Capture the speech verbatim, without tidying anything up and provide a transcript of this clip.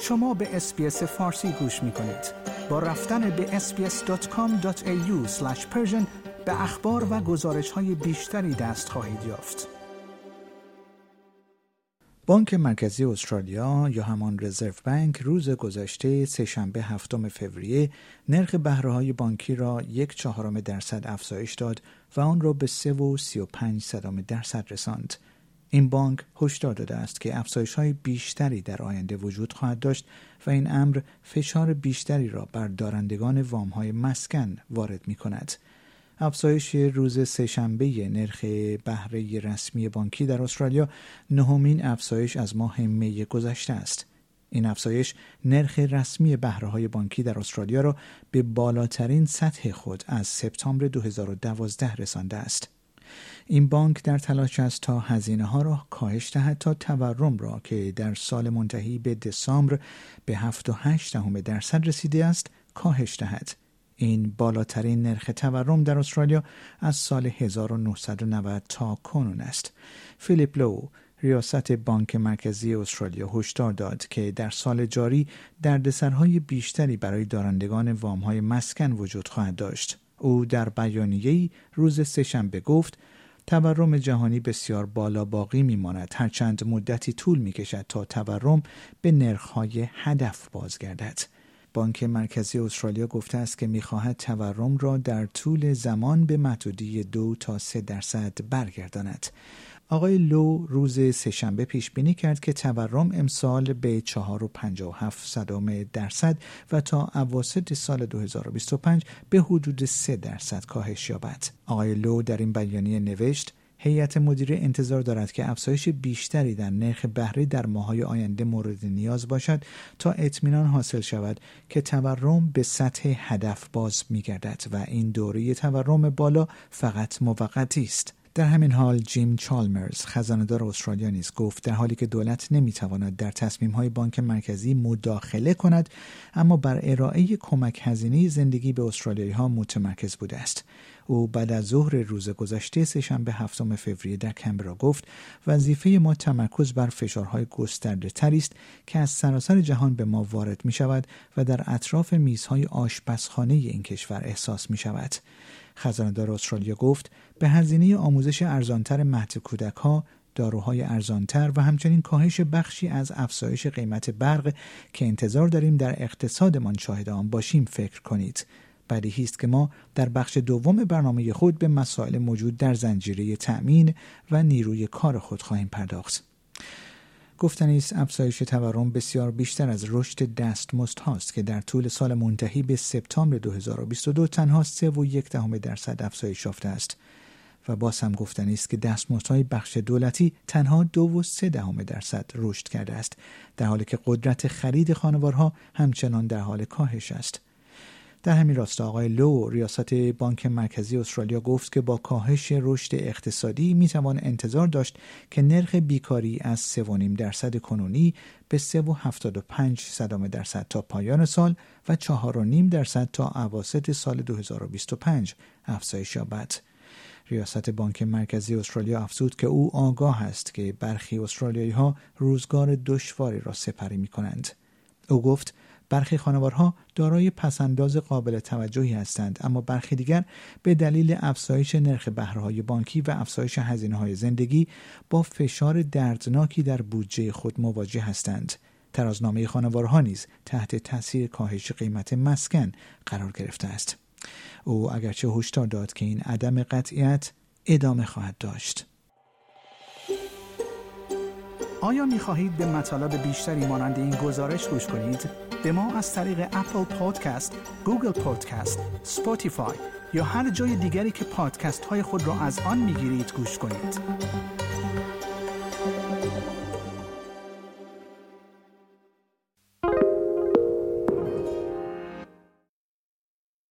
شما به اس‌بی‌اس فارسی گوش می‌کنید. با رفتن به اس بی اس دات کام دات ای یو اسلش پرشن به اخبار و گزارش‌های بیشتری دست خواهید یافت. بانک مرکزی استرالیا یا همان رزرو بانک روز گذشته سه‌شنبه هفتم فوریه نرخ بهره‌های بانکی را یک چهارم درصد افزایش داد و آن را به سه و سی و پنج صدم درصد رساند. این بانک هشدار داده است که افزایش‌های بیشتری در آینده وجود خواهد داشت و این امر فشار بیشتری را بر دارندگان وام‌های مسکن وارد می‌کند. افزایش روز سه‌شنبه نرخ بهره رسمی بانکی در استرالیا نهمین افزایش از ماه می گذشته است. این افزایش نرخ رسمی بهره‌های بانکی در استرالیا را به بالاترین سطح خود از سپتامبر دو هزار و دوازده رسانده است. این بانک در تلاش است تا هزینه‌ها را کاهش دهد تا تورم را که در سال منتهی به دسامبر به هفت و هشت دهم درصد رسیده است کاهش دهد. این بالاترین نرخ تورم در استرالیا از سال هزار و نهصد و نود تا کنون است. فیلیپ لو، ریاست بانک مرکزی استرالیا هشدار داد که در سال جاری دردسرهای بیشتری برای دارندگان وام‌های مسکن وجود خواهد داشت. او در بیانیه‌ای روز سه‌شنبه گفت تورم جهانی بسیار بالا باقی می‌ماند هرچند مدتی طول می‌کشد تا تورم به نرخ‌های هدف بازگردد. بانک مرکزی استرالیا گفته است که می‌خواهد تورم را در طول زمان به محدوده دو تا سه درصد برگرداند. آقای لو روز سه‌شنبه پیش بینی کرد که تورم امسال به چهار و پنجاه و هفت صدم درصد و تا اواسط سال دو هزار و بیست و پنج به حدود سه درصد کاهش یابد. آقای لو در این بیانیه نوشت هیئت مدیره انتظار دارد که افزایش بیشتری در نرخ بهره در ماه‌های آینده مورد نیاز باشد تا اطمینان حاصل شود که تورم به سطح هدف باز می‌گردد و این دوره تورم بالا فقط موقتی است. در همین حال جیم چالمرز خزانه‌دار استرالیا نیز گفت در حالی که دولت نمی‌تواند در تصمیم‌های بانک مرکزی مداخله کند اما بر ارائه کمک هزینه زندگی به استرالیایی‌ها متمرکز بوده است. او بعد از ظهر روز گذشته سه‌شنبه هفتم فوریه در کمبرا گفت وظیفه ما تمرکز بر فشارهای گسترده‌تری است که از سراسر جهان به ما وارد می‌شود و در اطراف میزهای آشپزخانه این کشور احساس می‌شود. خزانه‌دار استرالیا گفت به هزینه آموزش ارزانتر مهد کودک‌ها، داروهای ارزانتر و همچنین کاهش بخشی از افزایش قیمت برق که انتظار داریم در اقتصادمان شاهد آن باشیم فکر کنید. بدیهی است که ما در بخش دوم برنامه خود به مسائل موجود در زنجیره تأمین و نیروی کار خود خواهیم پرداخت. گفتنی است افزایش تورم بسیار بیشتر از رشد دستمزد هاست که در طول سال منتهی به سپتامبر دو هزار و بیست و دو تنها سه و یک دهم درصد افزایش یافته است و باز هم گفتنی است که دستمزدهای بخش دولتی تنها دو و سه دهم درصد رشد کرده است در حالی که قدرت خرید خانوارها همچنان در حال کاهش است. در همین راستا آقای لو ریاست بانک مرکزی استرالیا گفت که با کاهش رشد اقتصادی میتوان انتظار داشت که نرخ بیکاری از سه و نیم درصد کنونی به سه و هفتاد و پنج صدم درصد تا پایان سال و چهار و نیم درصد تا اواسط سال دو هزار و بیست و پنج افزایش یابد. ریاست بانک مرکزی استرالیا افزود که او آگاه است که برخی استرالیایی‌ها روزگار دشواری را سپری می‌کنند. او گفت برخی خانوارها دارای پسنداز قابل توجهی هستند اما برخی دیگر به دلیل افزایش نرخ بهره‌های بانکی و افزایش هزینه‌های زندگی با فشار دردناکی در بودجه خود مواجه هستند. ترازنامه خانوارها نیز تحت تاثیر کاهش قیمت مسکن قرار گرفته است. او اگرچه هشدار داد که این عدم قطعیت ادامه خواهد داشت. آیا می خواهید به مطالب بیشتری مانند این گزارش گوش کنید؟ به ما از طریق اپل پادکست، گوگل پادکست، اسپاتیفای یا هر جای دیگری که پادکست های خود را از آن می گیرید گوش کنید.